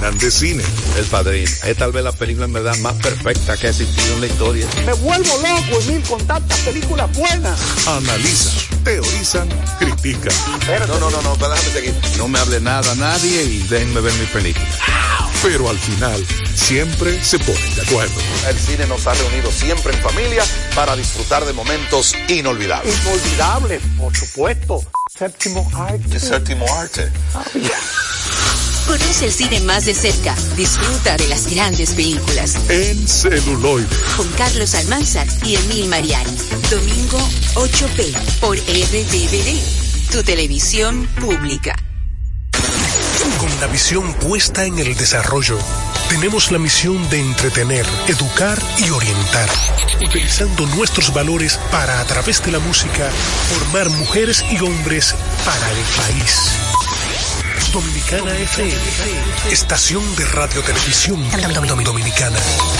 hablan de cine. El Padrino es tal vez la película en verdad más perfecta que ha existido en la historia. Me vuelvo loco, Emil, con tantas películas buenas. Analizan, teorizan, critican. No, déjame seguir. No me hable nada a nadie y déjenme ver mi película. Pero al final, siempre se ponen de acuerdo. El cine nos ha reunido siempre en familia para disfrutar de momentos inolvidables. Inolvidable, por supuesto. Séptimo arte. El séptimo arte. Conoce el cine más de cerca. Disfruta de las grandes películas. En celuloide. Con Carlos Almanzar y Emil Mariani. Domingo 8p por RTVD. Tu televisión pública. Con la visión puesta en el desarrollo, tenemos la misión de entretener, educar y orientar, utilizando nuestros valores para, a través de la música, formar mujeres y hombres para el país. Dominicana FM, estación de radio televisión dominicana.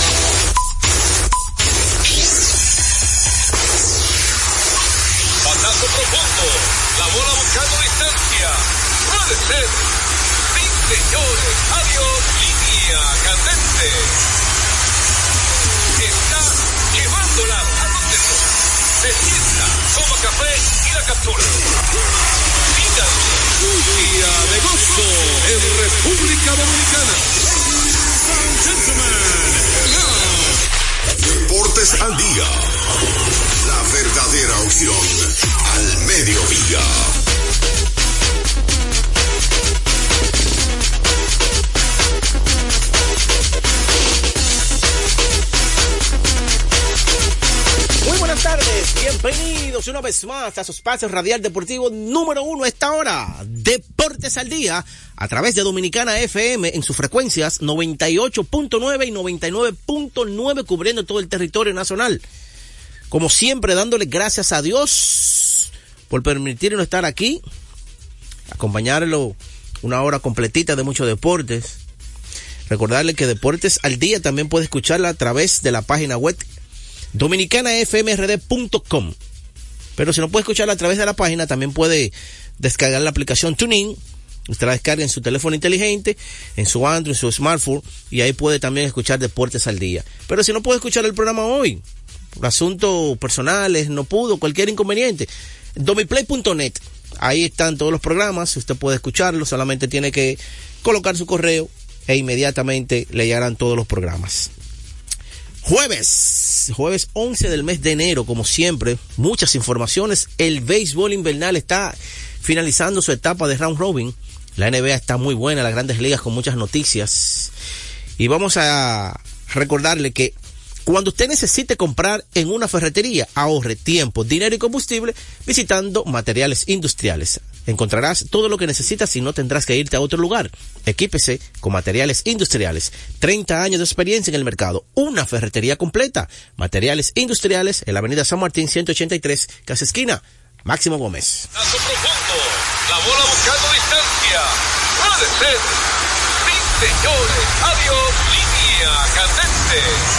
Batazo profundo, la bola buscando distancia, puede ser. Señores, adiós, línea candente. Está llevándola a donde no. Se sienta, toma café y la captura. Díganle, lluvia de gozo en República Dominicana. Deportes al día. La verdadera opción al mediodía. Muy buenas tardes, bienvenidos una vez más a su espacio radial deportivo número 1 a esta hora, Deportes al Día, a través de Dominicana FM en sus frecuencias 98.9 y 99.9 cubriendo todo el territorio nacional. Como siempre, dándole gracias a Dios por permitirnos estar aquí, acompañarlo una hora completita de muchos deportes. Recordarle que Deportes al Día también puede escucharla a través de la página web dominicanafmrd.com. Pero si no puede escucharla a través de la página, también puede descargar la aplicación TuneIn. Usted la descarga en su teléfono inteligente, en su Android, en su smartphone, y ahí puede también escuchar Deportes al Día. Pero si no puede escuchar el programa hoy, por asuntos personales, no pudo, cualquier inconveniente, domiplay.net, ahí están todos los programas, usted puede escucharlos, solamente tiene que colocar su correo e inmediatamente le llegarán todos los programas. Jueves 11 del mes de enero, como siempre, muchas informaciones. El béisbol invernal está finalizando su etapa de round robin. La NBA está muy buena, las grandes ligas con muchas noticias. Y vamos a recordarle que cuando usted necesite comprar en una ferretería, ahorre tiempo, dinero y combustible visitando Materiales Industriales. Encontrarás todo lo que necesitas y no tendrás que irte a otro lugar. Equípese con Materiales Industriales. 30 años de experiencia en el mercado. Una ferretería completa. Materiales Industriales en la avenida San Martín 183, casi esquina. Máximo Gómez. Paso profundo, la bola buscando distancia. Puede ser. Sí, señores, adiós, línea candente.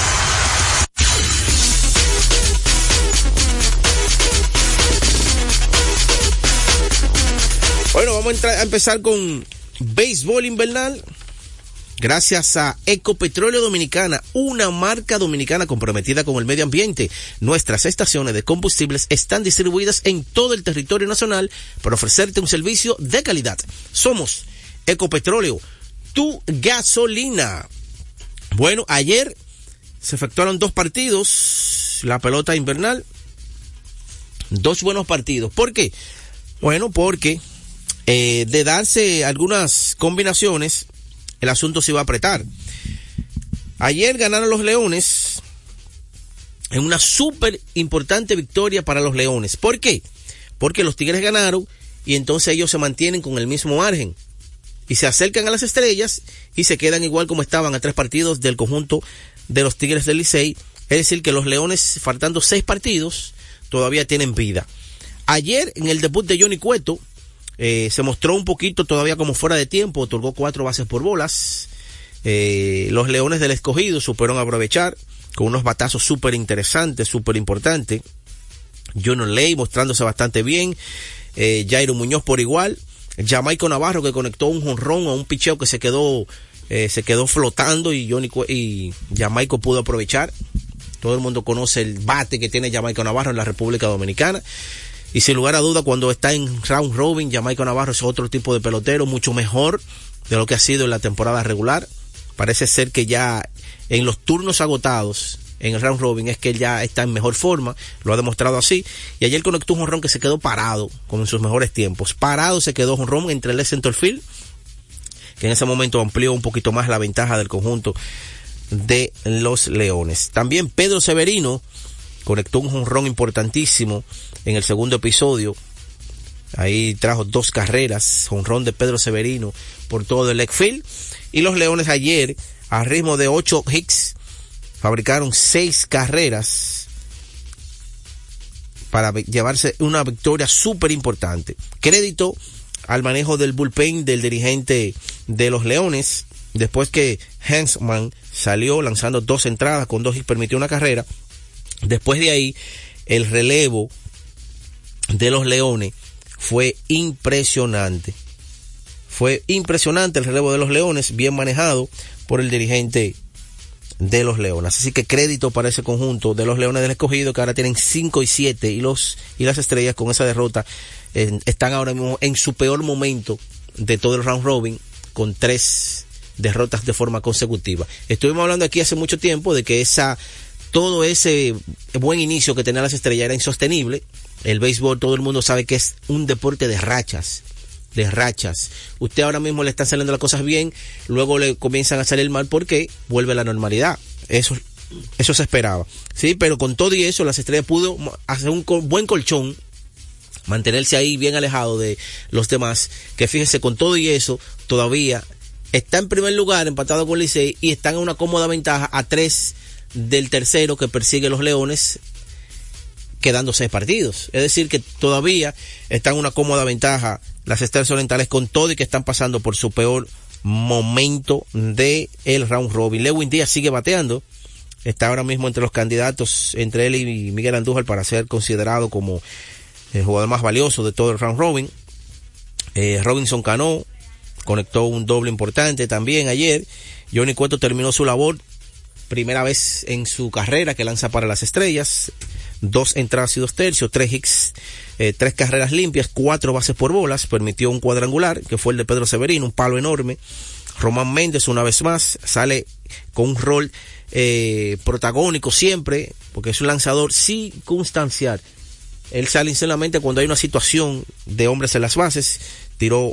Bueno, vamos a empezar con béisbol invernal. Gracias a Ecopetróleo Dominicana, una marca dominicana comprometida con el medio ambiente. Nuestras estaciones de combustibles están distribuidas en todo el territorio nacional para ofrecerte un servicio de calidad. Somos Ecopetróleo, tu gasolina. Bueno, ayer se efectuaron 2 partidos, la pelota invernal. 2 buenos partidos. ¿Por qué? Bueno, porque de darse algunas combinaciones, el asunto se iba a apretar. Ayer ganaron los Leones en una súper importante victoria para los Leones. ¿Por qué? Porque los Tigres ganaron y entonces ellos se mantienen con el mismo margen y se acercan a las Estrellas y se quedan igual como estaban a 3 partidos del conjunto de los Tigres del Licey. Es decir, que los Leones, faltando 6 partidos, todavía tienen vida. Ayer, en el debut de Johnny Cueto, se mostró un poquito todavía como fuera de tiempo, otorgó 4 bases por bolas. Los Leones del Escogido supieron aprovechar con unos batazos súper interesantes, súper importantes. John Ley mostrándose bastante bien, Jairo Muñoz por igual, Jamaico Navarro que conectó un jonrón a un picheo que se quedó se quedó flotando y Jamaica pudo aprovechar. Todo el mundo conoce el bate que tiene Jamaica Navarro en la República Dominicana. Y sin lugar a duda, cuando está en round robin, Jamaica Navarro es otro tipo de pelotero, mucho mejor de lo que ha sido en la temporada regular. Parece ser que ya en los turnos agotados, en el round robin, es que él ya está en mejor forma, lo ha demostrado así. Y ayer conectó un jonrón que se quedó parado, como en sus mejores tiempos. Parado se quedó jonrón entre el center field, que en ese momento amplió un poquito más la ventaja del conjunto de los Leones. También Pedro Severino conectó un jonrón importantísimo en el segundo episodio. Ahí trajo 2 carreras, jonrón de Pedro Severino por todo el left field. Y los Leones ayer, a ritmo de 8 hits, fabricaron 6 carreras para llevarse una victoria súper importante. Crédito al manejo del bullpen del dirigente de los Leones, después que Hensman salió lanzando 2 entradas con 2 hits, permitió una carrera. Después de ahí, el relevo de los Leones fue impresionante. Fue impresionante el relevo de los Leones, bien manejado por el dirigente de los Leones. Así que crédito para ese conjunto de los Leones del Escogido, que ahora tienen 5-7, y las Estrellas con esa derrota están ahora mismo en su peor momento de todo el round robin, con 3 derrotas de forma consecutiva. Estuvimos hablando aquí hace mucho tiempo de que todo ese buen inicio que tenían las Estrellas era insostenible. El béisbol, todo el mundo sabe que es un deporte de rachas. Usted ahora mismo le están saliendo las cosas bien, luego le comienzan a salir mal porque vuelve a la normalidad. Eso se esperaba. Sí, pero con todo y eso, las Estrellas pudo hacer un buen colchón, mantenerse ahí bien alejado de los demás, que fíjese, con todo y eso, todavía está en primer lugar, empatado con Licey, y están en una cómoda ventaja a 3 del tercero que persigue los Leones, quedando 6 partidos. Es decir, que todavía están en una cómoda ventaja las Estrellas Orientales, con todo y que están pasando por su peor momento de el round robin. Lewin Díaz sigue bateando, está ahora mismo entre los candidatos, entre él y Miguel Andújar, para ser considerado como el jugador más valioso de todo el round robin. Robinson Cano conectó un doble importante también ayer. Johnny Cueto terminó su labor, primera vez en su carrera que lanza para las Estrellas, 2 entradas y 2 tercios, 3 hits, 3 carreras limpias, 4 bases por bolas, permitió un cuadrangular, que fue el de Pedro Severino, un palo enorme. Román Méndez, una vez más, sale con un rol protagónico siempre, porque es un lanzador circunstancial. Él sale solamente cuando hay una situación de hombres en las bases. Tiró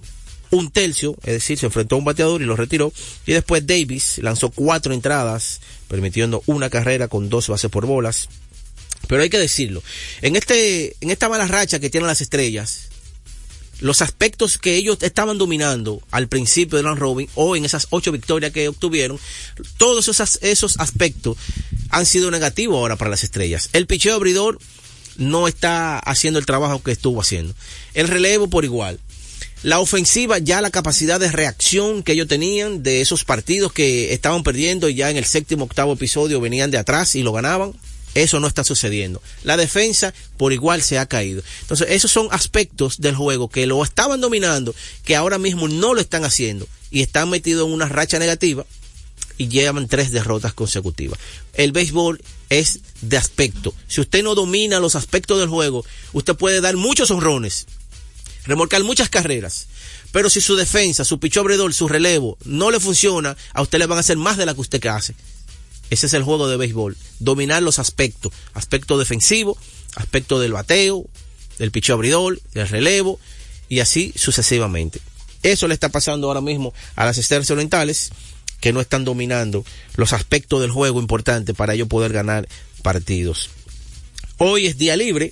1 tercio, es decir, se enfrentó a un bateador y lo retiró. Y después Davis lanzó 4 entradas, permitiendo una carrera con 2 bases por bolas. Pero hay que decirlo, en esta mala racha que tienen las Estrellas, los aspectos que ellos estaban dominando al principio del round robin, o en esas 8 victorias que obtuvieron, todos esos aspectos han sido negativos ahora para las Estrellas. El picheo abridor no está haciendo el trabajo que estuvo haciendo. El relevo por igual. La ofensiva, ya la capacidad de reacción que ellos tenían de esos partidos que estaban perdiendo, y ya en el 7º, 8º episodio venían de atrás y lo ganaban, eso no está sucediendo. La defensa por igual se ha caído. Entonces esos son aspectos del juego que lo estaban dominando, que ahora mismo no lo están haciendo y están metidos en una racha negativa y llevan 3 derrotas consecutivas. El béisbol es de aspecto. Si usted no domina los aspectos del juego, usted puede dar muchos honrones, remolcar muchas carreras, pero si su defensa, su picheo abridor, su relevo no le funciona, a usted le van a hacer más de la que usted hace. Ese es el juego de béisbol, dominar los aspecto defensivo, aspecto del bateo, del picheo abridor, del relevo, y así sucesivamente. Eso le está pasando ahora mismo a las Estrellas Orientales, que no están dominando los aspectos del juego importantes para ellos poder ganar partidos. Hoy es día libre,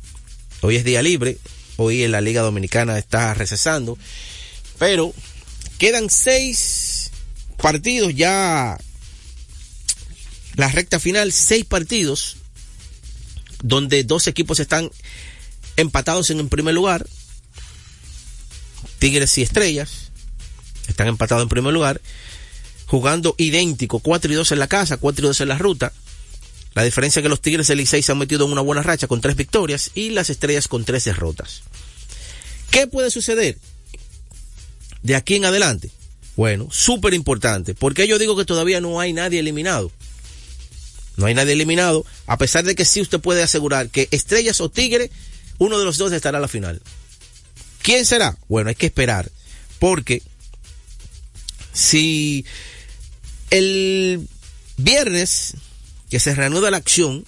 hoy en la Liga Dominicana está recesando, pero quedan 6 partidos ya, la recta final, 6 partidos, donde 2 equipos están empatados en el primer lugar. Tigres y Estrellas están empatados en primer lugar, jugando idéntico, 4-2 en la casa, 4-2 en la ruta. La diferencia es que los Tigres del Licey se han metido en una buena racha con 3 victorias y las Estrellas con 3 derrotas. ¿Qué puede suceder de aquí en adelante? Bueno, súper importante. ¿Por qué yo digo que todavía no hay nadie eliminado? No hay nadie eliminado, a pesar de que sí usted puede asegurar que Estrellas o Tigre, uno de los dos estará a la final. ¿Quién será? Bueno, hay que esperar, porque si el viernes que se reanuda la acción,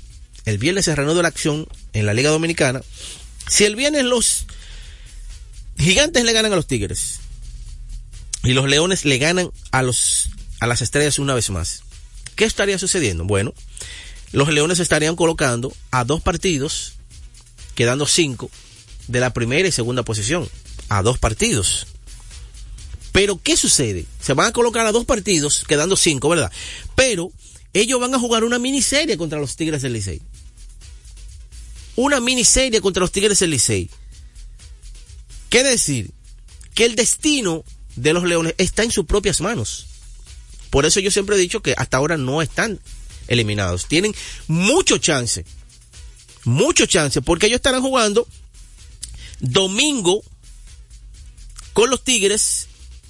en la Liga Dominicana, si el viernes los Gigantes le ganan a los Tigres y los Leones le ganan a las Estrellas una vez más, ¿qué estaría sucediendo? Bueno, los Leones estarían colocando a 2 partidos, quedando 5 de la primera y segunda posición, a 2 partidos. Pero ¿qué sucede? Se van a colocar a 2 partidos, quedando 5, ¿verdad? Pero ellos van a jugar una miniserie contra los Tigres del Licey. Una miniserie contra los Tigres del Licey. Quiere decir que el destino de los Leones está en sus propias manos. Por eso yo siempre he dicho que hasta ahora no están eliminados. Tienen mucho chance, porque ellos estarán jugando domingo con los Tigres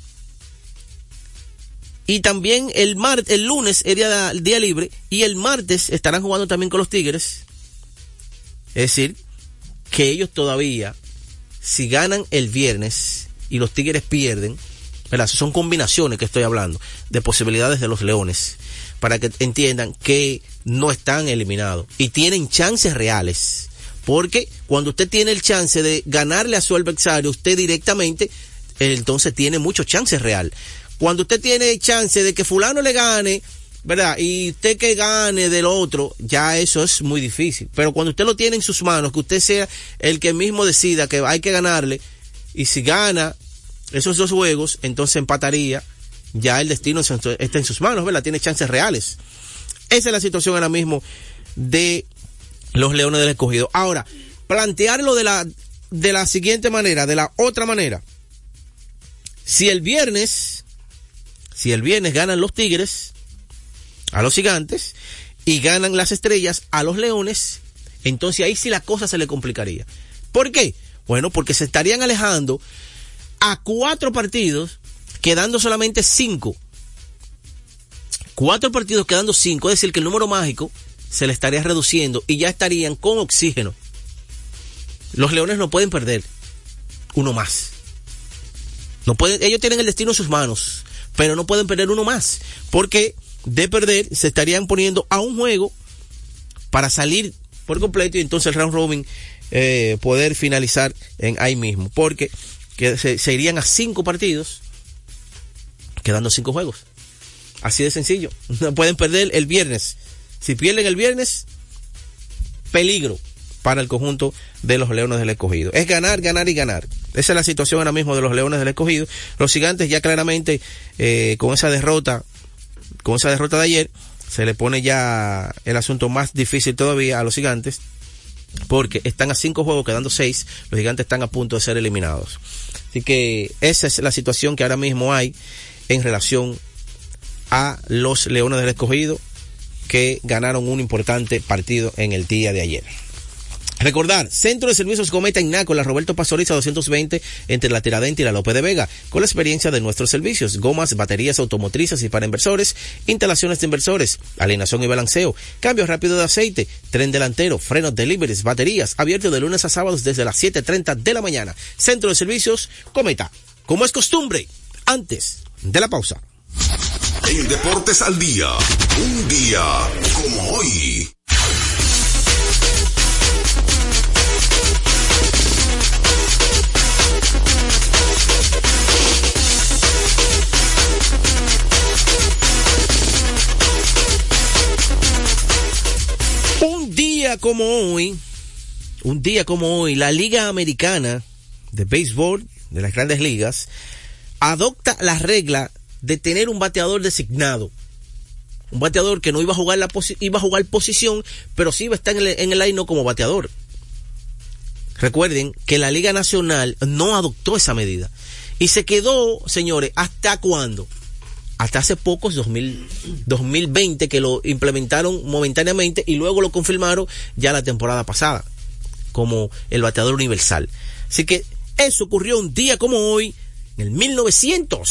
y también el lunes es día libre, y el martes estarán jugando también con los Tigres. Es decir, que ellos todavía, si ganan el viernes y los Tigres pierden, ¿verdad? Son combinaciones que estoy hablando de posibilidades de los Leones, para que entiendan que no están eliminados y tienen chances reales, porque cuando usted tiene el chance de ganarle a su adversario, usted directamente, entonces tiene muchos chances real. Cuando usted tiene chance de que fulano le gane, ¿verdad? Y usted que gane del otro, ya eso es muy difícil. Pero cuando usted lo tiene en sus manos, que usted sea el que mismo decida que hay que ganarle, y si gana esos 2 juegos, entonces empataría, ya el destino está en sus manos, ¿verdad? Tiene chances reales. Esa es la situación ahora mismo de los Leones del Escogido. Ahora, plantearlo de la siguiente manera, de la otra manera. Si el viernes ganan los Tigres a los Gigantes y ganan las Estrellas a los Leones, entonces ahí sí la cosa se le complicaría. ¿Por qué? Bueno, porque se estarían alejando a 4 partidos, quedando solamente 5. 4 partidos quedando 5, es decir, que el número mágico se le estaría reduciendo y ya estarían con oxígeno. Los Leones no pueden perder uno más. No pueden, ellos tienen el destino en sus manos, pero no pueden perder uno más, porque de perder se estarían poniendo a un juego para salir por completo y entonces el round robin poder finalizar ahí mismo, porque se irían a 5 partidos quedando 5 juegos. Así de sencillo. No pueden perder el viernes. Si pierden el viernes, peligro para el conjunto de los Leones del Escogido. Es ganar, ganar y ganar. Esa es la situación ahora mismo de los Leones del Escogido. Los Gigantes ya claramente con esa derrota de ayer, se le pone ya el asunto más difícil todavía a los Gigantes, porque están a 5 juegos, quedando 6. Los Gigantes están a punto de ser eliminados. Así que esa es la situación que ahora mismo hay en relación a los Leones del Escogido, que ganaron un importante partido en el día de ayer. Recordar, Centro de Servicios Cometa en Naco, la Roberto Pastoriza 220, entre la Tiradentes y la López de Vega, con la experiencia de nuestros servicios: gomas, baterías automotrices y para inversores, instalaciones de inversores, alineación y balanceo, cambio rápido de aceite, tren delantero, frenos, deliveries, baterías, abierto de lunes a sábados desde las 7:30 de la mañana. Centro de Servicios Cometa, como es costumbre, antes de la pausa. En Deportes al Día, un día como hoy. Un día como hoy, la Liga Americana de Béisbol de las Grandes Ligas adopta la regla de tener un bateador designado. Un bateador que no iba a jugar iba a jugar posición, pero sí iba a estar en el line como bateador. Recuerden que la Liga Nacional no adoptó esa medida y se quedó, señores, ¿hasta cuándo? Hasta hace pocos, 2020, que lo implementaron momentáneamente y luego lo confirmaron ya la temporada pasada como el bateador universal. Así que eso ocurrió un día como hoy, en el 1900.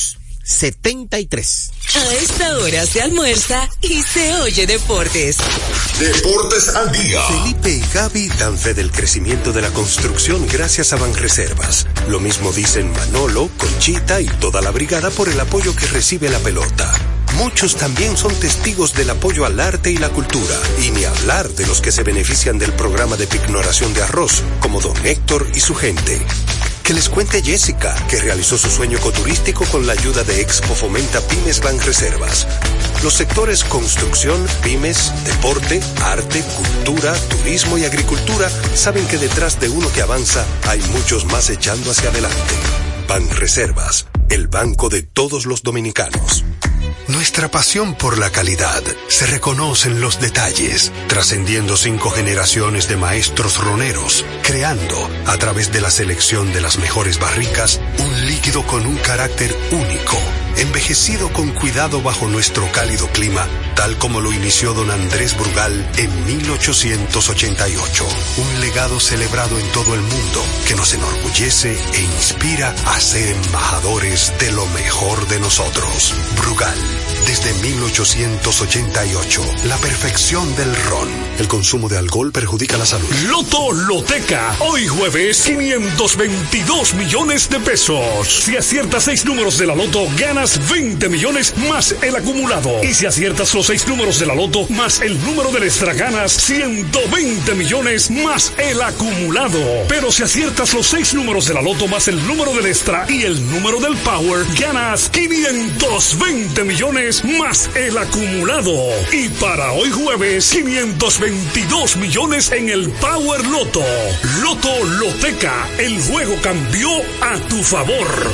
73. A esta hora se almuerza y se oye deportes. Deportes al día. Felipe y Gaby dan fe del crecimiento de la construcción gracias a Banreservas. Lo mismo dicen Manolo, Conchita y toda la brigada por el apoyo que recibe la pelota. Muchos también son testigos del apoyo al arte y la cultura, y ni hablar de los que se benefician del programa de pignoración de arroz, como don Héctor y su gente. Que les cuente Jessica, que realizó su sueño ecoturístico con la ayuda de Expo Fomenta Pymes Banreservas. Los sectores construcción, pymes, deporte, arte, cultura, turismo y agricultura saben que detrás de uno que avanza hay muchos más echando hacia adelante. Banreservas, el banco de todos los dominicanos. Nuestra pasión por la calidad se reconoce en los detalles, trascendiendo 5 generaciones de maestros roneros, creando, a través de la selección de las mejores barricas, un líquido con un carácter único, envejecido con cuidado bajo nuestro cálido clima, tal como lo inició don Andrés Brugal en 1888. Un legado celebrado en todo el mundo que nos enorgullece e inspira a ser embajadores de lo mejor de nosotros. Brugal, desde 1888, la perfección del ron. El consumo de alcohol perjudica la salud. Loto Loteca, hoy jueves, 522 millones de pesos. Si aciertas 6 números de la Loto, ganas 20 millones más el acumulado. Y si aciertas los 6 números de la Loto más el número del extra, ganas 120 millones más el acumulado. Pero si aciertas los 6 números de la Loto más el número del extra y el número del Power, ganas 520 millones más el acumulado. Y para hoy jueves, 522 millones en el Power Loto. Loto Loteca, el juego cambió a tu favor.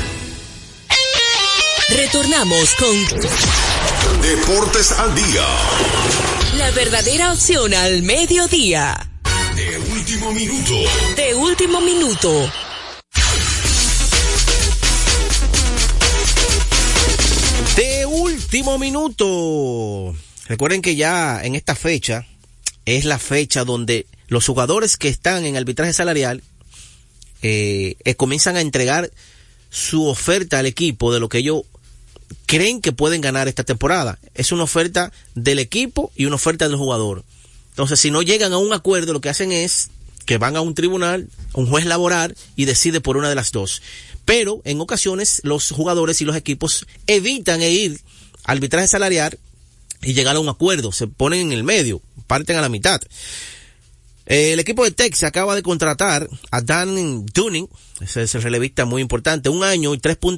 Retornamos con Deportes al día. la verdadera opción al mediodía. De último minuto. De último minuto. De último minuto. Recuerden que ya en esta fecha es la fecha donde los jugadores que están en arbitraje salarial comienzan a entregar su oferta al equipo de lo que ellos creen que pueden ganar esta temporada. Es una oferta del equipo y una oferta del jugador. Entonces, si no llegan a un acuerdo, lo que hacen es que van a un tribunal, un juez laboral, y decide por una de las dos. Pero en ocasiones los jugadores y los equipos evitan ir al arbitraje salarial y llegar a un acuerdo, se ponen en el medio, parten a la mitad. El equipo de Texas acaba de contratar a Dan Dunning, ese es el relevista muy importante, 1 año y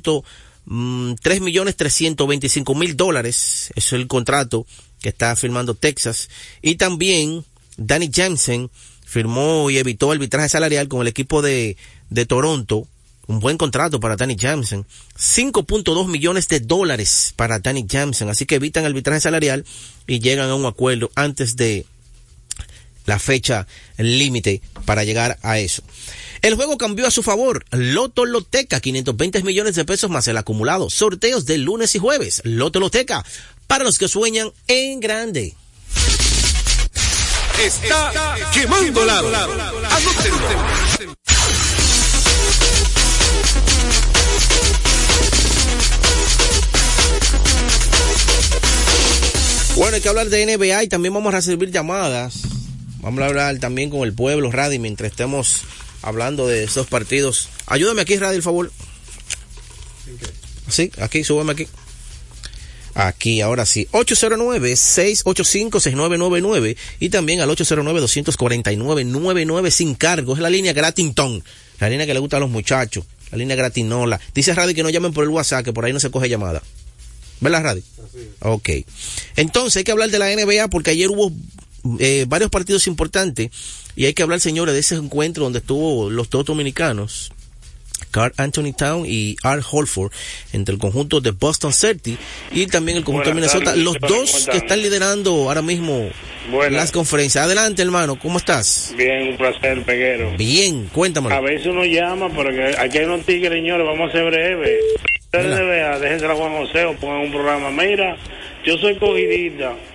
$3.325.000, ese es el contrato que está firmando Texas. Y también Danny Jansen firmó y evitó arbitraje salarial con el equipo de Toronto. Un buen contrato para Danny Jansen. $5.2 millones para Danny Jansen. Así que evitan arbitraje salarial y llegan a un acuerdo antes de la fecha límite para llegar a eso. El juego cambió a su favor. Loto Loteca, 520 millones de pesos más el acumulado. Sorteos de lunes y jueves. Loto Loteca, para los que sueñan en grande. Está quemando lado. Anótenlo. Bueno, hay que hablar de NBA y también vamos a recibir llamadas. Vamos a hablar también con el pueblo, Radi, mientras estemos hablando de estos partidos. Ayúdame aquí, Radi, por favor. Sí, aquí, súbeme aquí. Aquí, ahora sí. 809-685-6999 y también al 809-249-99 sin cargo. Es la línea Gratington, la línea que le gusta a los muchachos, la línea Gratinola. Dice Radi que no llamen por el WhatsApp, que por ahí no se coge llamada. ¿Verdad, Radi? Ok. Entonces hay que hablar de la NBA porque ayer hubo varios partidos importantes y hay que hablar, señores, de ese encuentro donde estuvo los dos dominicanos, Karl Anthony Towns y Al Horford, entre el conjunto de Boston Celtics y también el conjunto de Minnesota, los dos que están liderando ahora mismo las conferencias. Adelante, hermano, ¿cómo estás? Bien, un placer, Peguero. Bien, cuéntamelo. A veces uno llama, pero que aquí hay unos tigres, señores, vamos a ser breves. Ustedes déjense la Juan José o pongan un programa. Mira, yo soy cogidita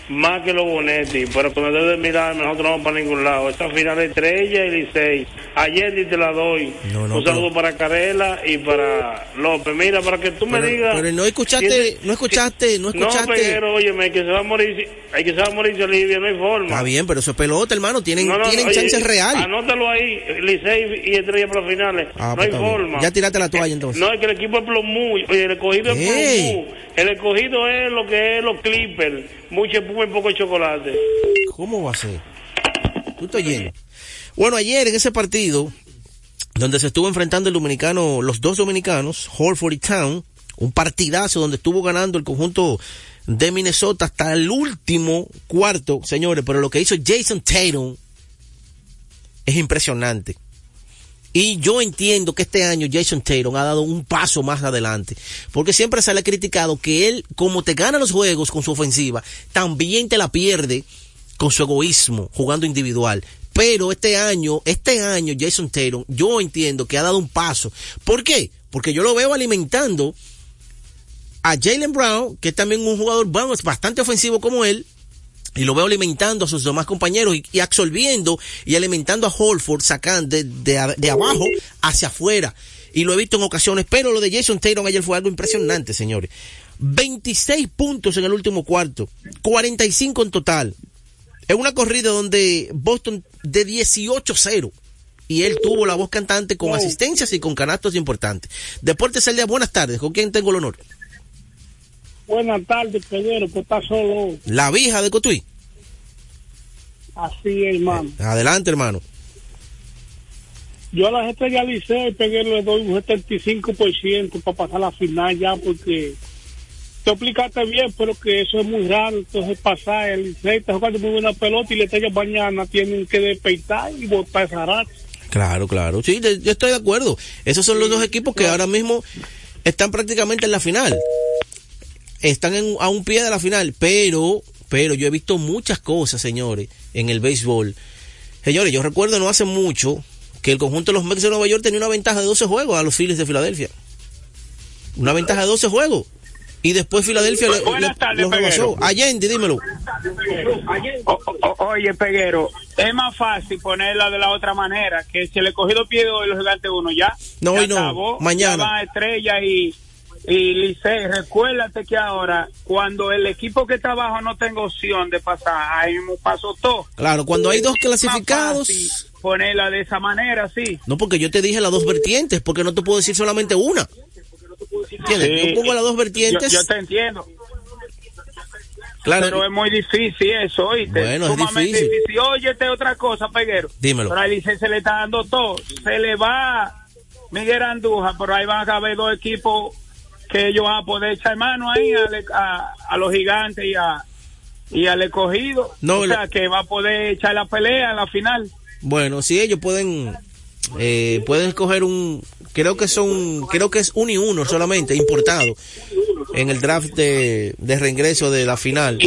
más que los Bonetti, pero cuando debes mirar, nosotros no vamos para ningún lado. Esta final es Estrella y Licey. Ayer te la doy. Un saludo para Carela y para López. Mira, para que tú me digas. Pero no escuchaste. No, Peguero, óyeme, que se va a morir. Hay que se va a morir Olivia, no hay forma. Está bien, pero eso es pelota, hermano. Tienen chances reales. Anótalo ahí, Licey y Estrella para las finales. No hay forma. Ya tiraste la toalla entonces. No, es que el equipo es plomú. Oye, el escogido es plomú. El escogido es lo que es los Clippers. Mucho espuma y poco chocolate. ¿Cómo va a ser? Tú estás lleno. Bueno, ayer en ese partido, donde se estuvo enfrentando los dos dominicanos, Horford y Town, un partidazo donde estuvo ganando el conjunto de Minnesota hasta el último cuarto, señores, pero lo que hizo Jason Tatum es impresionante. Y yo entiendo que este año Jason Tatum ha dado un paso más adelante, porque siempre se le ha criticado que él, como te gana los juegos con su ofensiva, también te la pierde con su egoísmo, jugando individual. Pero este año Jason Tatum, yo entiendo que ha dado un paso. ¿Por qué? Porque yo lo veo alimentando a Jaylen Brown, que es también un jugador bastante ofensivo como él, y lo veo alimentando a sus demás compañeros y absorbiendo y alimentando a Horford, sacando de abajo hacia afuera. Y lo he visto en ocasiones, pero lo de Jason Tatum ayer fue algo impresionante, señores. 26 puntos en el último cuarto, 45 en total. Es una corrida donde Boston de 18-0. Y él tuvo la voz cantante con asistencias y con canastos importantes. Deportes El Día, buenas tardes. ¿Con quién tengo el honor? Buenas tardes, Peguero, que está solo. La vieja de Cotuí. Así es, hermano. Adelante, hermano. Yo a las Estrellas Licey, Peguero, le doy un 75% para pasar la final ya, porque te explicaste bien, pero que eso es muy raro. Entonces pasar, el Licey está jugando muy buena pelota y la Estrella mañana tienen que despeitar y botar esa rata. Claro. Sí, yo estoy de acuerdo. Esos son los dos equipos que ahora mismo están prácticamente en la final. Están a un pie de la final, pero yo he visto muchas cosas, señores, en el béisbol. Señores, yo recuerdo no hace mucho que el conjunto de los Mets de Nueva York tenía una ventaja de 12 juegos a los Phillies de Filadelfia. Una ventaja de 12 juegos. Y después Filadelfia los rebasó. Allende, dímelo. Oye, Peguero, es más fácil ponerla de la otra manera, que si el escogido pierde hoy los Gigantes 1 ya. No, ya hoy no, acabó, mañana. Ya van Estrella y Licey. Recuérdate que ahora, cuando el equipo que está abajo no tenga opción de pasar, ahí mismo pasó todo. Claro, cuando hay dos clasificados. Ponerla de esa manera, sí. No, porque yo te dije las dos vertientes, porque no te puedo decir solamente una. ¿Entiendes? Sí, yo pongo las dos vertientes. Yo te entiendo. Claro. Pero es muy difícil eso, ¿oíste? Bueno, es difícil. Óyete otra cosa, Peguero. Dímelo. Pero ahí se le está dando todo. Se le va Miguel Andújar, pero ahí van a haber dos equipos que ellos van a poder echar mano ahí a los Gigantes y al escogido. No, o sea, que va a poder echar la pelea en la final. Bueno, sí, ellos pueden escoger creo que es 1 y 1 solamente, importado, en el draft de reingreso de la final.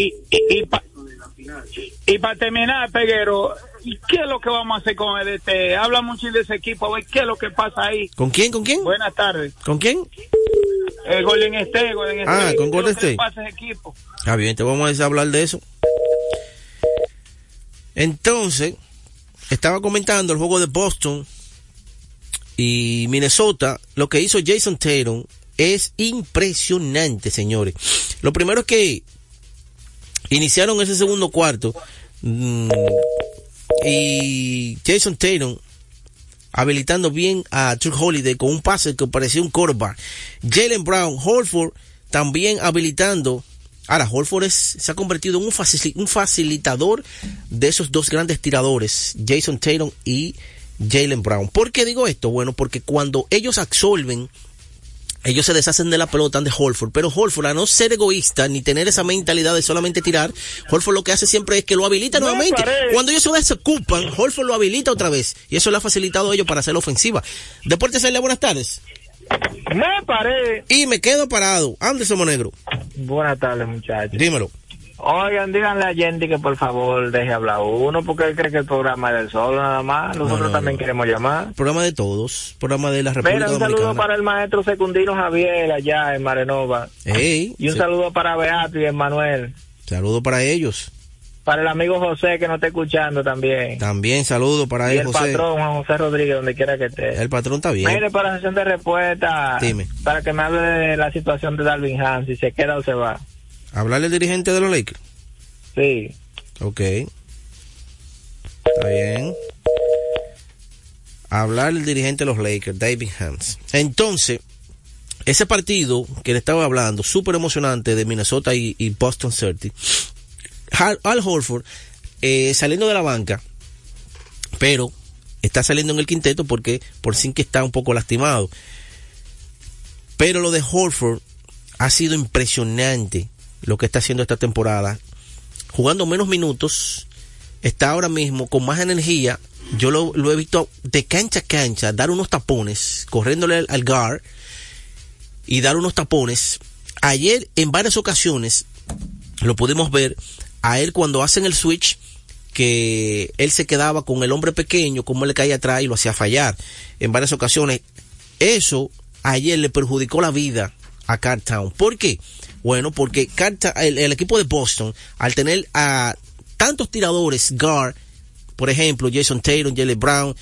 Y para terminar, Peguero, ¿y qué es lo que vamos a hacer con el EDT? Habla mucho de ese equipo, a ver qué es lo que pasa ahí. ¿Con quién? Buenas tardes. ¿Con quién? Golden State. Con Golden State. ¿Qué pasa ese equipo? Ah, bien, te vamos a hablar de eso. Entonces, estaba comentando el juego de Boston y Minnesota. Lo que hizo Jason Tatum es impresionante, señores. Lo primero es que iniciaron ese segundo cuarto y Jason Tatum habilitando bien a Drew Holiday con un pase que parecía un quarterback. Jaylen Brown, Horford también habilitando. Ahora, Horford se ha convertido en un facilitador de esos dos grandes tiradores, Jason Tatum y Jaylen Brown. ¿Por qué digo esto? Bueno, porque cuando ellos absorben, ellos se deshacen de la pelota de Horford, pero Horford, a no ser egoísta ni tener esa mentalidad de solamente tirar, Horford lo que hace siempre es que lo habilita nuevamente. Cuando ellos se desocupan, Horford lo habilita otra vez, y eso le ha facilitado a ellos para hacer la ofensiva. Deportes Celia, buenas tardes. Me paré. Y me quedo parado. Anderson Monegro. Buenas tardes, muchachos. Dímelo. Oigan, díganle a Yendi que por favor deje hablar uno, porque él cree que el programa es del solo nada más. Nosotros también queremos llamar. Programa de todos, programa de la República Dominicana. Un saludo para el maestro Secundino Javier allá en Marenova. Y un saludo para Beatriz y Manuel. Saludo para ellos. Para el amigo José que nos está escuchando también. También saludo para él, José. Y el patrón Juan José Rodríguez, donde quiera que esté. El patrón está bien. Mire, para la sesión de respuesta, dime, para que me hable de la situación de Darvin Ham, si se queda o se va. ¿Hablarle al dirigente de los Lakers? Sí. Ok. Está bien. Hablar al dirigente de los Lakers, Darvin Ham. Entonces, ese partido que le estaba hablando, súper emocionante, de Minnesota y Boston Celtics, Al Horford saliendo de la banca, pero está saliendo en el quinteto porque Porzingis está un poco lastimado. Pero lo de Horford ha sido impresionante lo que está haciendo esta temporada, jugando menos minutos, está ahora mismo con más energía. Yo lo he visto de cancha a cancha dar unos tapones, corriéndole al guard y dar unos tapones. Ayer en varias ocasiones lo pudimos ver a él cuando hacen el switch, que él se quedaba con el hombre pequeño, como él le caía atrás y lo hacía fallar en varias ocasiones. Eso ayer le perjudicó la vida a Karl Towns. ¿Por qué? Bueno, porque el equipo de Boston, al tener a tantos tiradores guard, por ejemplo, Jason Tatum, Jaylen Brown,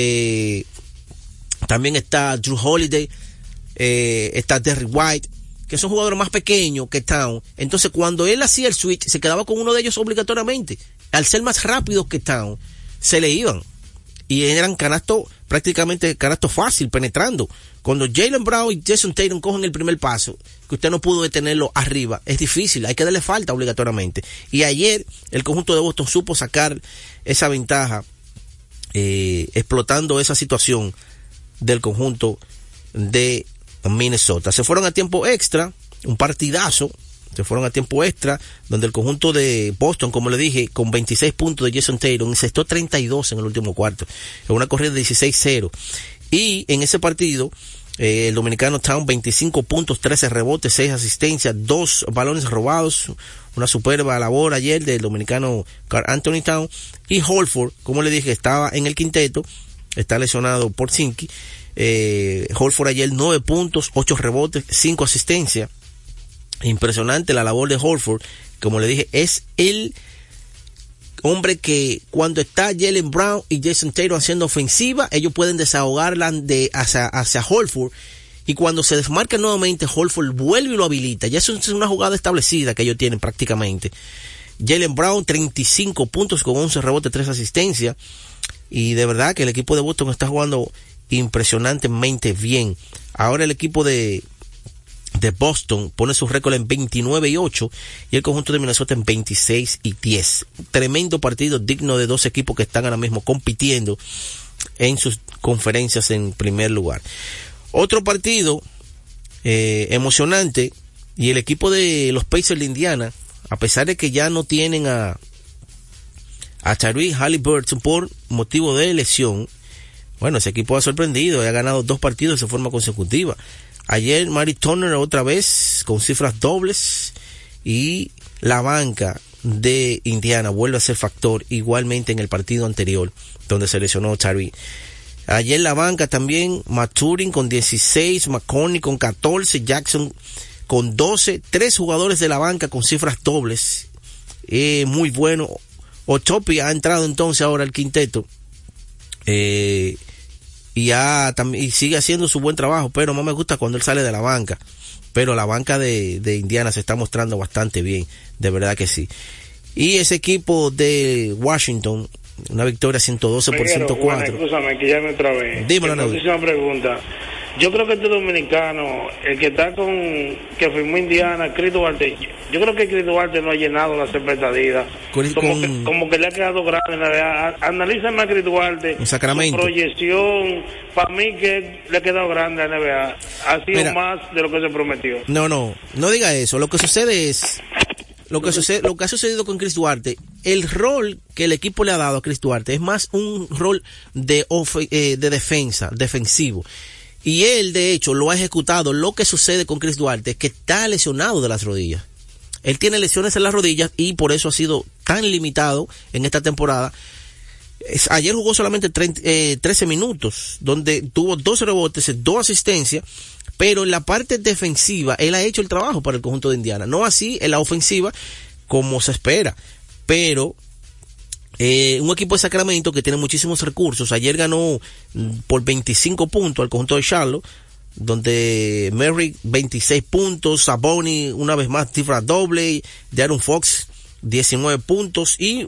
también está Drew Holiday, está Derrick White, que son jugadores más pequeños que Towns. Entonces, cuando él hacía el switch, se quedaba con uno de ellos obligatoriamente. Al ser más rápidos que Towns, se le iban. Y eran prácticamente canastos fácil, penetrando. Cuando Jaylen Brown y Jason Tatum cogen el primer paso, que usted no pudo detenerlo arriba, es difícil, hay que darle falta obligatoriamente. Y ayer, el conjunto de Boston supo sacar esa ventaja, explotando esa situación del conjunto de Minnesota. Se fueron a tiempo extra, un partidazo, se fueron a tiempo extra, donde el conjunto de Boston, como le dije, con 26 puntos de Jason Tatum, encestó 32 en el último cuarto, en una corrida de 16-0. Y en ese partido, el dominicano Towns, 25 puntos, 13 rebotes, 6 asistencias, 2 balones robados, una superba labor ayer del dominicano Karl Anthony Towns. Y Horford, como le dije, estaba en el quinteto, está lesionado por Porzingis. Horford ayer 9 puntos, 8 rebotes, 5 asistencias. Impresionante la labor de Horford. Como le dije, es el hombre que cuando está Jaylen Brown y Jason Tatum haciendo ofensiva, ellos pueden desahogarla hacia Horford, y cuando se desmarca nuevamente, Horford vuelve y lo habilita. Ya eso es una jugada establecida que ellos tienen prácticamente. Jaylen Brown 35 puntos con 11 rebotes, 3 asistencias, y de verdad que el equipo de Boston está jugando impresionantemente bien. Ahora el equipo de Boston pone su récord en 29-8 y el conjunto de Minnesota en 26-10. Tremendo partido, digno de dos equipos que están ahora mismo compitiendo en sus conferencias en primer lugar. Otro partido emocionante, y el equipo de los Pacers de Indiana, a pesar de que ya no tienen a Tyrese Haliburton por motivo de lesión, bueno, ese equipo ha sorprendido, ha ganado 2 partidos de forma consecutiva. Ayer Mari Turner otra vez con cifras dobles, y la banca de Indiana vuelve a ser factor igualmente en el partido anterior donde se lesionó Tyrese. Ayer la banca también, Maturin con 16, McCorney con 14, Jackson con 12, 3 jugadores de la banca con cifras dobles, muy bueno. Ochopi ha entrado entonces ahora al quinteto, y sigue haciendo su buen trabajo, pero más me gusta cuando él sale de la banca. Pero la banca de Indiana se está mostrando bastante bien, de verdad que sí. Y ese equipo de Washington, una victoria 112 por 104. Bueno, escúchame, que llame otra vez. Dímelo, una pregunta. Yo creo que este dominicano, el que está que firmó Indiana, Chris Duarte, yo creo que Chris Duarte no ha llenado las expectativas. Como que le ha quedado grande. Analízame a Chris Duarte. En Sacramento. Su proyección, para mí que le ha quedado grande a NBA. Ha sido más de lo que se prometió. No diga eso. Lo que sucede es, lo que ha sucedido con Chris Duarte, el rol que el equipo le ha dado a Chris Duarte es más un rol de defensivo. Y él, de hecho, lo ha ejecutado. Lo que sucede con Chris Duarte es que está lesionado de las rodillas. Él tiene lesiones en las rodillas y por eso ha sido tan limitado en esta temporada. Ayer jugó solamente 13 minutos, donde tuvo 2 rebotes, 2 asistencias, pero en la parte defensiva él ha hecho el trabajo para el conjunto de Indiana. No así en la ofensiva, como se espera. Pero un equipo de Sacramento que tiene muchísimos recursos. Ayer ganó por 25 puntos al conjunto de Charlotte, donde Merrick 26 puntos, Sabonis una vez más cifra doble, De'Aaron Fox 19 puntos y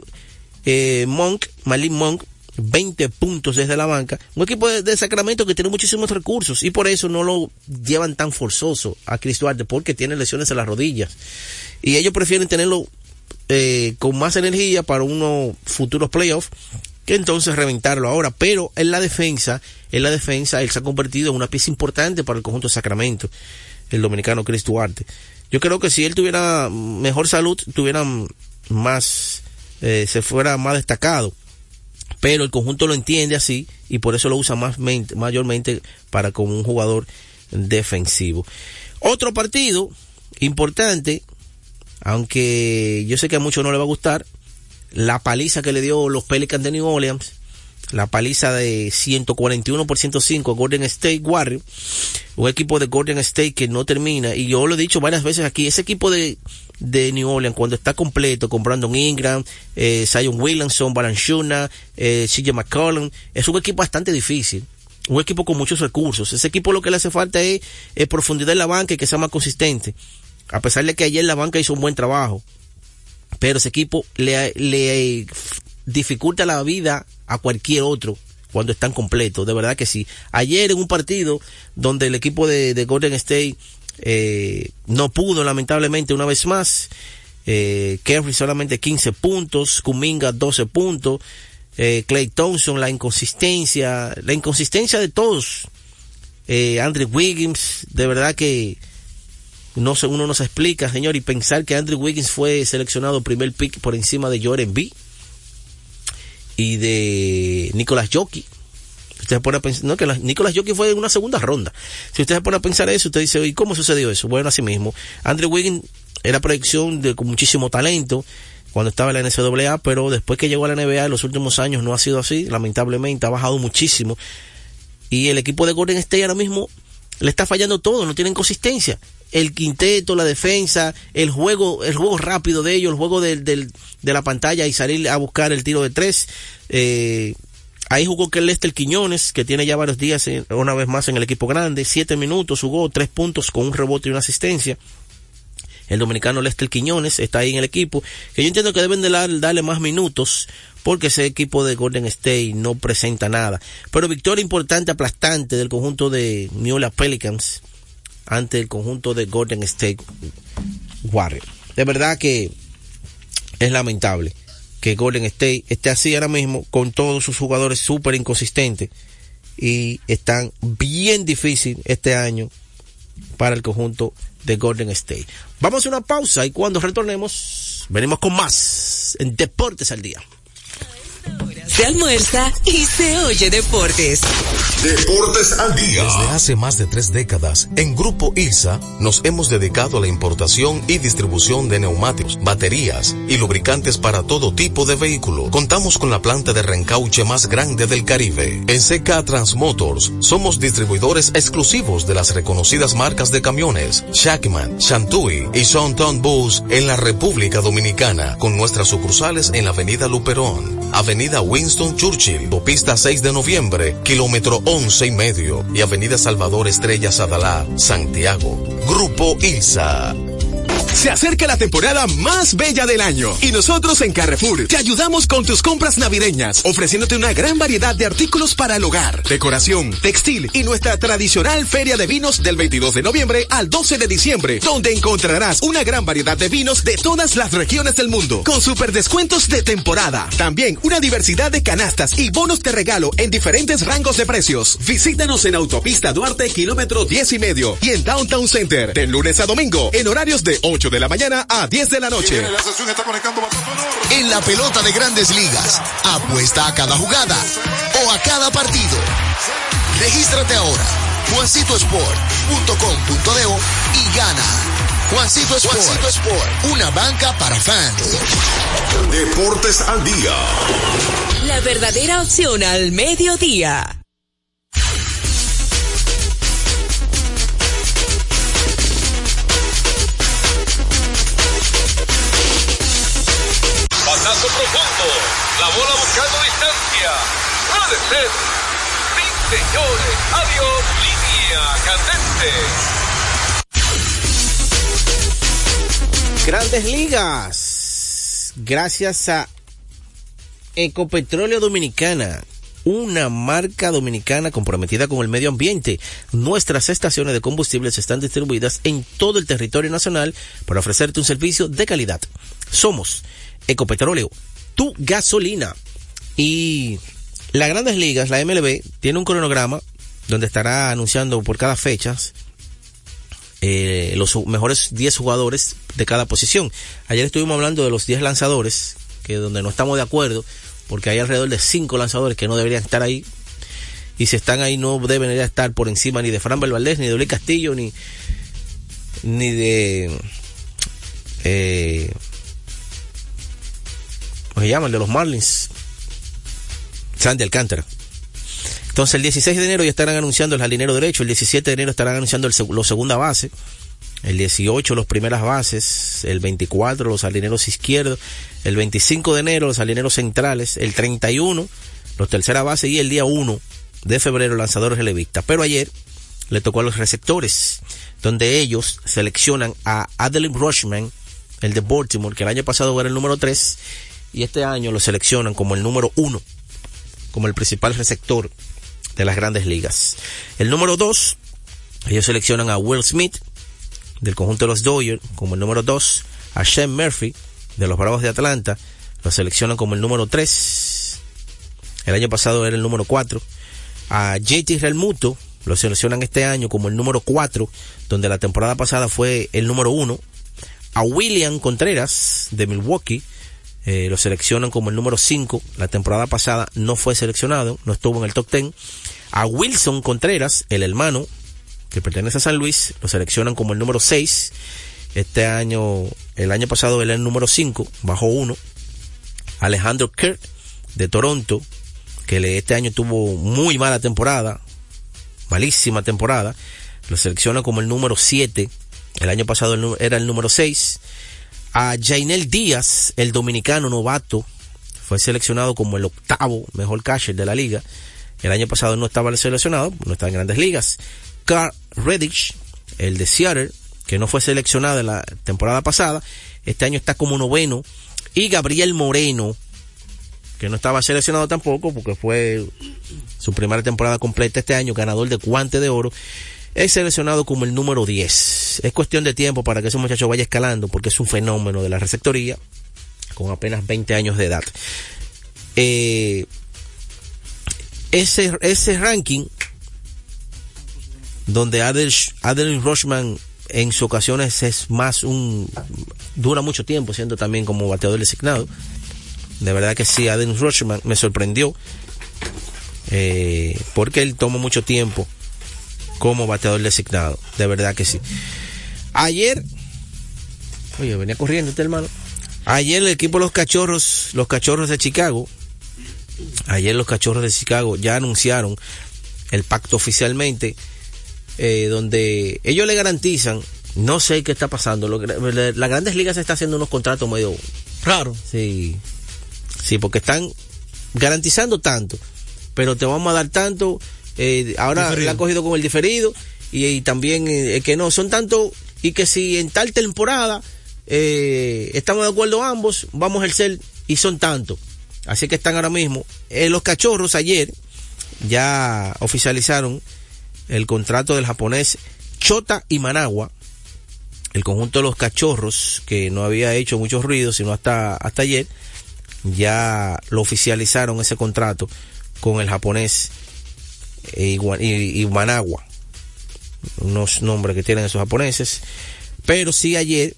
Malik Monk 20 puntos desde la banca. Un equipo de Sacramento que tiene muchísimos recursos y por eso no lo llevan tan forzoso a Chris Duarte, porque tiene lesiones en las rodillas y ellos prefieren tenerlo con más energía para unos futuros playoffs que entonces reventarlo ahora. Pero en la defensa él se ha convertido en una pieza importante para el conjunto de Sacramento, el dominicano Chris Duarte. Yo creo que si él tuviera mejor salud, tuviera más, se fuera más destacado, pero el conjunto lo entiende así y por eso lo usa mayormente para como un jugador defensivo. Otro partido importante, aunque yo sé que a muchos no le va a gustar, la paliza que le dio los Pelicans de New Orleans, la paliza de 141-105 a Golden State Warriors, un equipo de Golden State que no termina, y yo lo he dicho varias veces aquí, ese equipo de New Orleans cuando está completo, con Brandon Ingram, Zion Williamson, Valanciunas, CJ McCollum, es un equipo bastante difícil, un equipo con muchos recursos. Ese equipo lo que le hace falta es profundidad en la banca y que sea más consistente, a pesar de que ayer la banca hizo un buen trabajo, pero ese equipo le dificulta la vida a cualquier otro cuando están completos, de verdad que sí. Ayer en un partido donde el equipo de Golden State no pudo, lamentablemente, una vez más, Curry solamente 15 puntos, Kuminga 12 puntos, Klay Thompson, la inconsistencia de todos, Andrew Wiggins, de verdad que uno no se explica, señor, y pensar que Andrew Wiggins fue seleccionado primer pick por encima de Joel Embiid y de Nicolas Jokic. Usted se pone a pensar, no, que Nicolas Jokic fue en una segunda ronda. Si usted se pone a pensar eso, usted dice, ¿y cómo sucedió eso? Bueno, así mismo, Andrew Wiggins era proyección con muchísimo talento cuando estaba en la NCAA, pero después que llegó a la NBA en los últimos años no ha sido así, lamentablemente ha bajado muchísimo, y el equipo de Golden State ahora mismo le está fallando todo, no tienen consistencia. El quinteto, la defensa, el juego rápido de ellos, el juego de la pantalla y salir a buscar el tiro de tres. Ahí jugó que Lester Quiñones, que tiene ya varios días una vez más en el equipo grande, 7 minutos, jugó 3 puntos con un rebote y una asistencia. El dominicano Lester Quiñones está ahí en el equipo, que yo entiendo que deben de darle más minutos, porque ese equipo de Golden State no presenta nada. Pero victoria importante, aplastante del conjunto de New Orleans Pelicans ante el conjunto de Golden State Warriors. De verdad que es lamentable que Golden State esté así ahora mismo, con todos sus jugadores súper inconsistentes, y están bien difícil este año para el conjunto de Golden State. Vamos a una pausa y cuando retornemos venimos con más en Deportes al Día. Se almuerza y se oye deportes. Deportes al Día. Desde hace más de 3 décadas, en Grupo ILSA nos hemos dedicado a la importación y distribución de neumáticos, baterías y lubricantes para todo tipo de vehículo. Contamos con la planta de reencauche más grande del Caribe. En CK Transmotors somos distribuidores exclusivos de las reconocidas marcas de camiones Shackman, Shantui y Sonton Bus en la República Dominicana, con nuestras sucursales en la Avenida Luperón, Avenida Winston Churchill, Autopista 6 de Noviembre, kilómetro 11.5 y Avenida Salvador Estrella Sadalá, Santiago. Grupo ILSA. Se acerca la temporada más bella del año y nosotros en Carrefour te ayudamos con tus compras navideñas, ofreciéndote una gran variedad de artículos para el hogar, decoración, textil y nuestra tradicional feria de vinos del 22 de noviembre al 12 de diciembre, donde encontrarás una gran variedad de vinos de todas las regiones del mundo, con super descuentos de temporada. También una diversidad de canastas y bonos de regalo en diferentes rangos de precios. Visítanos en Autopista Duarte, kilómetro 10.5 y en Downtown Center, de lunes a domingo, en horarios de 8 de la mañana a 10 de la noche. En la pelota de Grandes Ligas, apuesta a cada jugada o a cada partido. Regístrate ahora, juancitosport.com.do y gana. Juancito Sport, una banca para fans. Deportes al Día. La verdadera opción al mediodía. Cabezazo profundo. La bola buscando distancia. Puede ser. Sí, señores. Adiós. Línea candente. Grandes Ligas. Gracias a Ecopetróleo Dominicana, una marca dominicana comprometida con el medio ambiente. Nuestras estaciones de combustibles están distribuidas en todo el territorio nacional para ofrecerte un servicio de calidad. Somos Ecopetróleo, tu gasolina. Y las Grandes Ligas, la MLB, tiene un cronograma donde estará anunciando por cada fecha los mejores 10 jugadores de cada posición. Ayer estuvimos hablando de los 10 lanzadores, que donde no estamos de acuerdo, porque hay alrededor de 5 lanzadores que no deberían estar ahí, y si están ahí no deben estar por encima ni de Framber Valdez, ni de Luis Castillo, ni de ¿cómo se llama? El de los Marlins, Sandy Alcántara. Entonces el 16 de enero ya estarán anunciando el jardinero derecho, el 17 de enero estarán anunciando los segunda base, el 18 los primeras bases, el 24 los jardineros izquierdos, el 25 de enero los jardineros centrales, el 31 los tercera base y el día 1 de febrero lanzadores relevistas. Pero ayer le tocó a los receptores, donde ellos seleccionan a Adley Rutschman, el de Baltimore, que el año pasado era el número 3, y este año lo seleccionan como el número 1, como el principal receptor de las Grandes Ligas. El número 2, ellos seleccionan a Will Smith, del conjunto de los Dodgers, como el número 2, a Shane Murphy, de los Bravos de Atlanta, lo seleccionan como el número 3, el año pasado era el número 4, a JT Realmuto, lo seleccionan este año como el número 4, donde la temporada pasada fue el número 1, a William Contreras, de Milwaukee, lo seleccionan como el número 5, la temporada pasada no fue seleccionado, no estuvo en el top 10, a Wilson Contreras, el hermano, que pertenece a San Luis, lo seleccionan como el número 6, el año pasado era el número 5, bajó 1, Alejandro Kirk, de Toronto, que este año tuvo muy mala temporada, malísima temporada, lo seleccionan como el número 7, el año pasado era el número 6, a Jainel Díaz, el dominicano novato, fue seleccionado como el 8º mejor catcher de la liga, el año pasado no estaba seleccionado, no estaba en Grandes Ligas. Carl Redditch, el de Seattle, que no fue seleccionado en la temporada pasada, este año está como 9º, y Gabriel Moreno, que no estaba seleccionado tampoco porque fue su primera temporada completa este año, ganador de Guante de Oro, es seleccionado como el número 10. Es cuestión de tiempo para que ese muchacho vaya escalando, porque es un fenómeno de la receptoría con apenas 20 años de edad. Ese ranking, donde Adley Rutschman en sus ocasiones es más dura mucho tiempo siendo también como bateador designado. De verdad que sí, Adley Rutschman me sorprendió, porque él tomó mucho tiempo como bateador designado, de verdad que sí. Ayer, venía corriendo este hermano. Ayer el equipo de los cachorros de Chicago, ya anunciaron el pacto oficialmente, donde ellos le garantizan, no sé qué está pasando, las Grandes Ligas está haciendo unos contratos medio raros. Sí, porque están garantizando tanto, pero te vamos a dar tanto, ahora diferido. La han cogido con el diferido, y también que no, son tanto, y que si en tal temporada estamos de acuerdo ambos, vamos a ejercer, y son tanto. Así que están ahora mismo, los cachorros ayer ya oficializaron el contrato del japonés Shota Imanawa, el conjunto de los cachorros, que no había hecho mucho ruido, sino hasta ayer, ya lo oficializaron ese contrato con el japonés Imanawa, unos nombres que tienen esos japoneses, pero sí ayer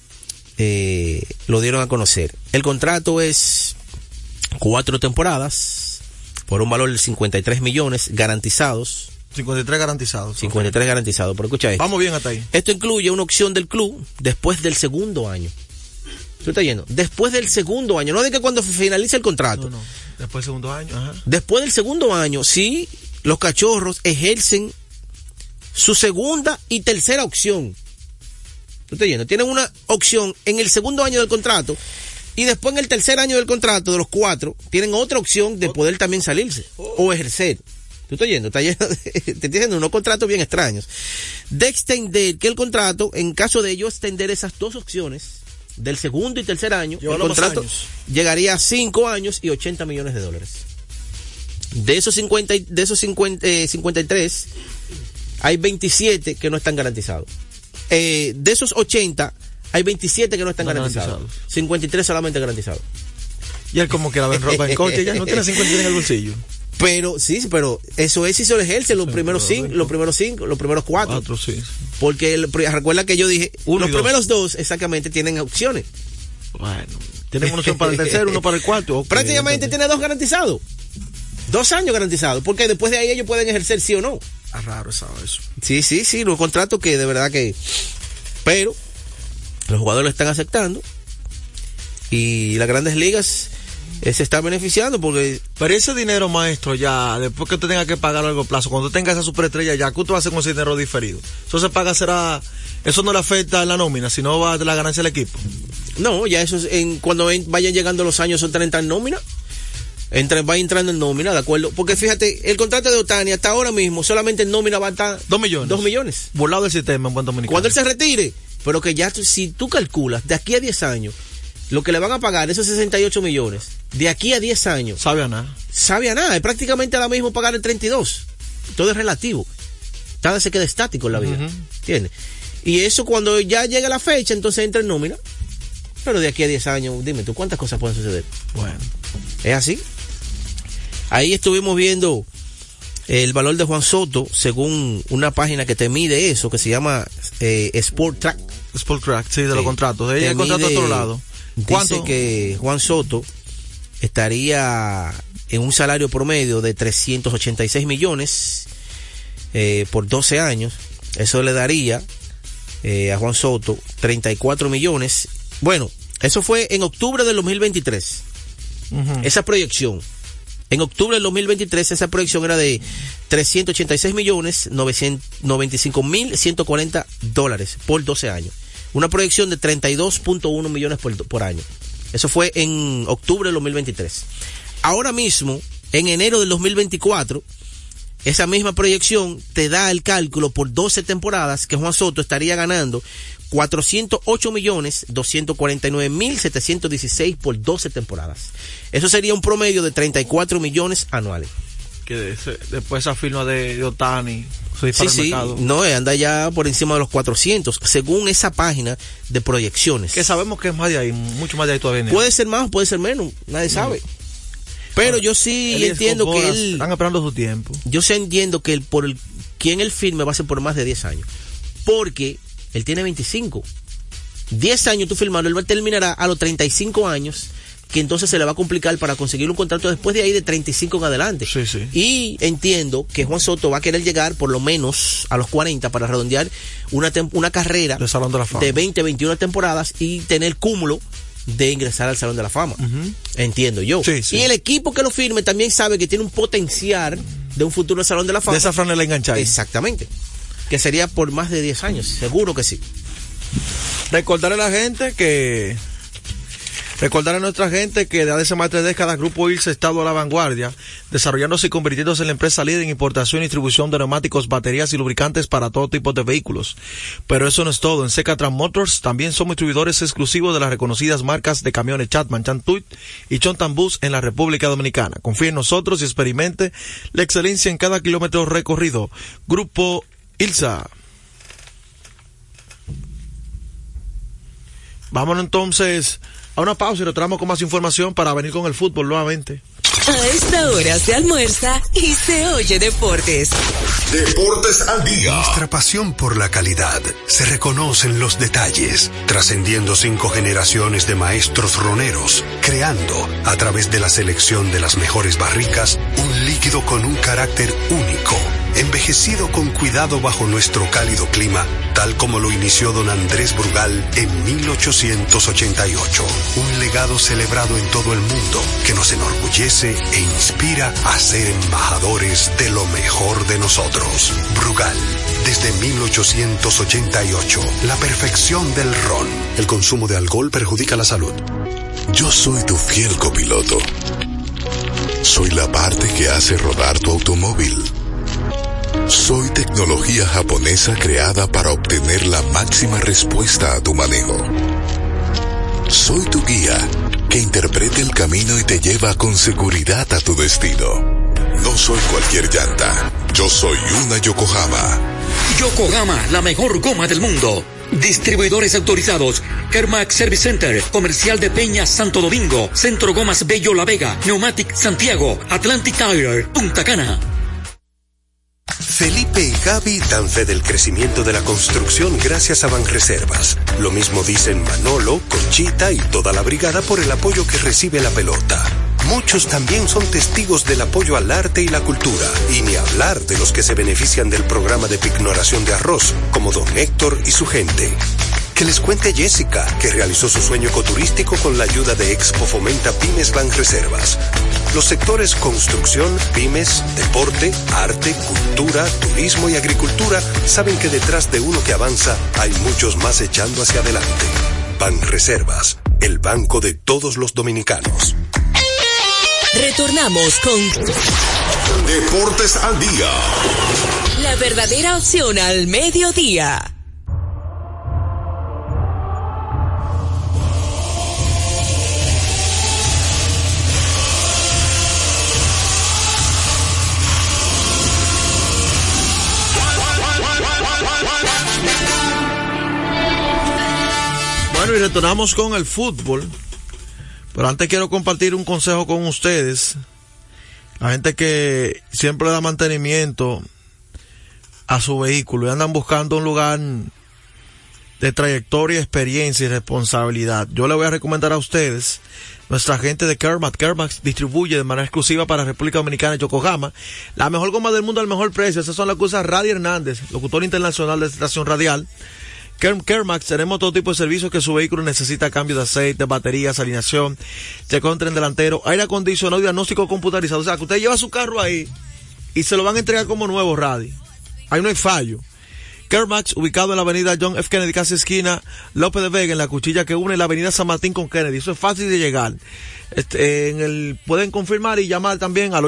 lo dieron a conocer. El contrato es 4 temporadas por un valor de 53 millones garantizados. 53 garantizados. 53 garantizados, pero escucha esto. Vamos bien hasta ahí. Esto incluye una opción del club después del segundo año. ¿Tú estás yendo? Después del segundo año, no de que cuando finalice el contrato. No. Después del segundo año, ajá. Después del segundo año, sí, los cachorros ejercen su segunda y tercera opción. ¿Tú estás yendo? Tienen una opción en el segundo año del contrato Y después en el tercer año del contrato de los 4, tienen otra opción de poder también salirse o ejercer. ¿Tú estás yendo? Te estoy diciendo unos contratos bien extraños. De extender que el contrato, en caso de ellos extender esas dos opciones, del segundo y tercer año, el contrato llegaría a 5 años y $80 millones. De esos 53, hay 27 que no están garantizados. De esos 80, hay 27 que no están garantizados. 53 solamente garantizados. Y él como que la ven ropa en coche, ya no tiene 53 en el bolsillo. Pero eso es si se lo ejerce los primeros 5, los primeros 4. Sí. Porque recuerda que yo dije, los primeros 2 exactamente tienen opciones. Bueno, tienen una opción para el tercero, uno para el cuarto. Okay, prácticamente tiene 2 garantizados. 2 años garantizados, porque después de ahí ellos pueden ejercer sí o no. Es raro eso. Sí, los contratos que de verdad que... Pero los jugadores lo están aceptando y las grandes ligas se está beneficiando porque... Pero ese dinero, maestro, ya después que usted tenga que pagar a largo plazo, cuando usted tenga esa superestrella, ya que usted va a hacer con ese dinero diferido, eso se paga, eso no le afecta a la nómina, sino va de la ganancia del equipo. No, ya eso cuando vayan llegando los años son 30 en nómina. Va entrando en nómina, ¿de acuerdo? Porque fíjate, el contrato de Ohtani hasta ahora mismo solamente en nómina va a estar 2 millones. 2 millones. Volado del sistema en buen dominicano. Cuando él se retire, pero que ya si tú calculas de aquí a 10 años lo que le van a pagar, esos 68 millones, de aquí a 10 años. Sabe a nada. Es prácticamente ahora mismo pagar el 32. Todo es relativo. Nada se queda estático en la vida. ¿Entiendes? Y eso cuando ya llega la fecha, entonces entra en nómina. Pero de aquí a 10 años, dime tú, ¿cuántas cosas pueden suceder? Bueno. ¿Es así? Ahí estuvimos viendo el valor de Juan Soto según una página que te mide eso, que se llama Sport Track. Sport Track, sí, de los contratos. De ahí el contrato de otro lado. ¿Cuánto? Dice que Juan Soto estaría en un salario promedio de 386 millones por 12 años. Eso le daría a Juan Soto 34 millones. Bueno, eso fue en octubre del 2023. Esa proyección. En octubre del 2023 esa proyección era de 386 millones 995,140 dólares por 12 años. Una proyección de 32.1 millones por año. Eso fue en octubre del 2023. Ahora mismo, en enero del 2024, esa misma proyección te da el cálculo por 12 temporadas que Juan Soto estaría ganando 408,249,716 por 12 temporadas. Eso sería un promedio de 34 millones anuales. Que después esa firma de Ohtani sí, no, anda ya por encima de los 400 según esa página de proyecciones, que sabemos que es más de ahí, mucho más de ahí todavía. Puede ser más, puede ser menos, nadie sabe. Pero yo sí entiendo que él están esperando su tiempo. Yo sí entiendo que quien él firme va a ser por más de 10 años, porque él tiene 25. 10 años tú firmando, él terminará a los 35 años, que entonces se le va a complicar para conseguir un contrato después de ahí de 35 en adelante. Sí. Y entiendo que Juan Soto va a querer llegar por lo menos a los 40 para redondear una carrera de Salón de la Fama de 20, 21 temporadas y tener cúmulo de ingresar al Salón de la Fama. Entiendo yo. Sí. Y el equipo que lo firme también sabe que tiene un potencial de un futuro Salón de la Fama. De esa franela enganchada. Exactamente. Que sería por más de 10 años, seguro que sí. Recordarle a nuestra gente que desde hace más de 3 décadas Grupo ILSA ha estado a la vanguardia, desarrollándose y convirtiéndose en la empresa líder en importación y distribución de neumáticos, baterías y lubricantes para todo tipo de vehículos. Pero eso no es todo. En Secatran Motors también somos distribuidores exclusivos de las reconocidas marcas de camiones Chatman, Chantuit y Chontan Bus en la República Dominicana. Confíe en nosotros y experimente la excelencia en cada kilómetro recorrido. Grupo ILSA. Vámonos entonces a una pausa y retornamos con más información para venir con el fútbol nuevamente. A esta hora se almuerza y se oye deportes. Deportes al día. Nuestra pasión por la calidad se reconoce en los detalles, trascendiendo 5 generaciones de maestros roneros, creando, a través de la selección de las mejores barricas, un líquido con un carácter único, envejecido con cuidado bajo nuestro cálido clima, tal como lo inició don Andrés Brugal en 1888. Un legado celebrado en todo el mundo que nos enorgullece e inspira a ser embajadores de lo mejor de nosotros. Brugal, desde 1888, la perfección del ron. El consumo de alcohol perjudica la salud. Yo soy tu fiel copiloto. Soy la parte que hace rodar tu automóvil. Soy tecnología japonesa creada para obtener la máxima respuesta a tu manejo. Soy tu guía que interpreta el camino y te lleva con seguridad a tu destino. No soy cualquier llanta. Yo soy una Yokohama. Yokohama, la mejor goma del mundo. Distribuidores autorizados: Kermax Service Center, Comercial de Peña Santo Domingo, Centro Gomas Bello La Vega, Neumatic Santiago, Atlantic Tire, Punta Cana. Felipe y Gaby dan fe del crecimiento de la construcción gracias a Banreservas. Lo mismo dicen Manolo, Conchita y toda la brigada por el apoyo que recibe la pelota. Muchos también son testigos del apoyo al arte y la cultura, y ni hablar de los que se benefician del programa de pignoración de arroz, como don Héctor y su gente. Que les cuente Jessica, que realizó su sueño ecoturístico con la ayuda de Expo Fomenta Pymes Banreservas. Los sectores construcción, pymes, deporte, arte, cultura, turismo y agricultura saben que detrás de uno que avanza hay muchos más echando hacia adelante. Banreservas, el banco de todos los dominicanos. Retornamos con Deportes al Día. La verdadera opción al mediodía. Bueno, y retornamos con el fútbol. Pero antes quiero compartir un consejo con ustedes. La gente que siempre da mantenimiento a su vehículo y andan buscando un lugar de trayectoria, experiencia y responsabilidad. Yo le voy a recomendar a ustedes nuestra gente de Kermax. Kermax distribuye de manera exclusiva para República Dominicana y Yokohama la mejor goma del mundo al mejor precio. Esas son las que usa Radi Hernández, locutor internacional de estación radial. Kermax, tenemos todo tipo de servicios que su vehículo necesita: cambio de aceite, baterías, alineación, chequeo en tren delantero, aire acondicionado y diagnóstico computarizado. O sea, que usted lleva su carro ahí y se lo van a entregar como nuevo, Radi. Ahí no hay fallo. Kermax, ubicado en la avenida John F. Kennedy, casi esquina López de Vega, en la cuchilla que une la avenida San Martín con Kennedy. Eso es fácil de llegar. Pueden confirmar y llamar también al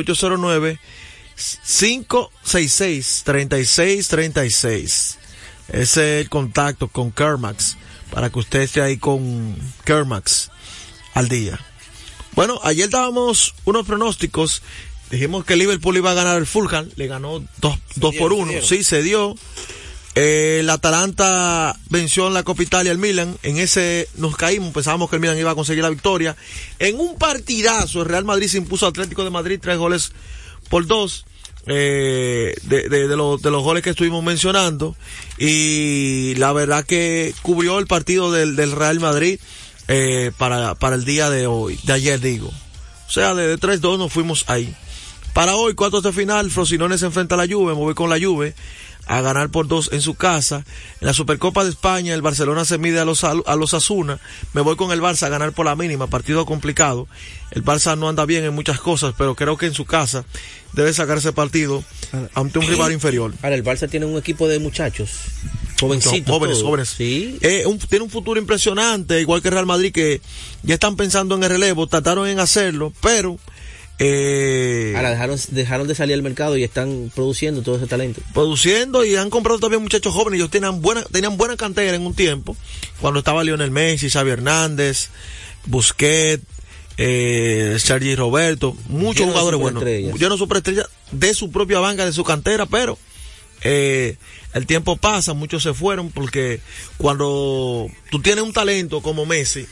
809-566-3636. Ese es el contacto con Kermax, para que usted esté ahí con Kermax al día. Bueno, ayer dábamos unos pronósticos. Dijimos que Liverpool iba a ganar el Fulham. Le ganó 2-1. Sí, se dio. El Atalanta venció en la Copa Italia al Milan. En ese nos caímos. Pensábamos que el Milan iba a conseguir la victoria. En un partidazo, el Real Madrid se impuso al Atlético de Madrid 3-2. De los goles que estuvimos mencionando, y la verdad que cubrió el partido del Real Madrid para el día de hoy, de ayer digo. O sea, de 3-2 nos fuimos ahí. Para hoy, cuartos de final, Frosinone se enfrenta a la Juve. Me voy con la Juve a ganar por 2 en su casa. En la Supercopa de España, el Barcelona se mide a los Asuna. Me voy con el Barça a ganar por la mínima. Partido complicado. El Barça no anda bien en muchas cosas, pero creo que en su casa debe sacar ese partido ante un rival inferior. Ahora, el Barça tiene un equipo de muchachos jovencitos. Jóvenes. Sí. Tiene un futuro impresionante, igual que Real Madrid, que ya están pensando en el relevo. Trataron en hacerlo, pero ahora dejaron de salir al mercado y están produciendo todo ese talento. Produciendo, y han comprado también muchachos jóvenes. Ellos tenían buena cantera en un tiempo, cuando estaba Lionel Messi, Xavi Hernández, Busquets, Sergi Roberto, muchos jugadores buenos. Lleno superestrella de su propia banca, de su cantera, pero el tiempo pasa, muchos se fueron, porque cuando tú tienes un talento como Messi,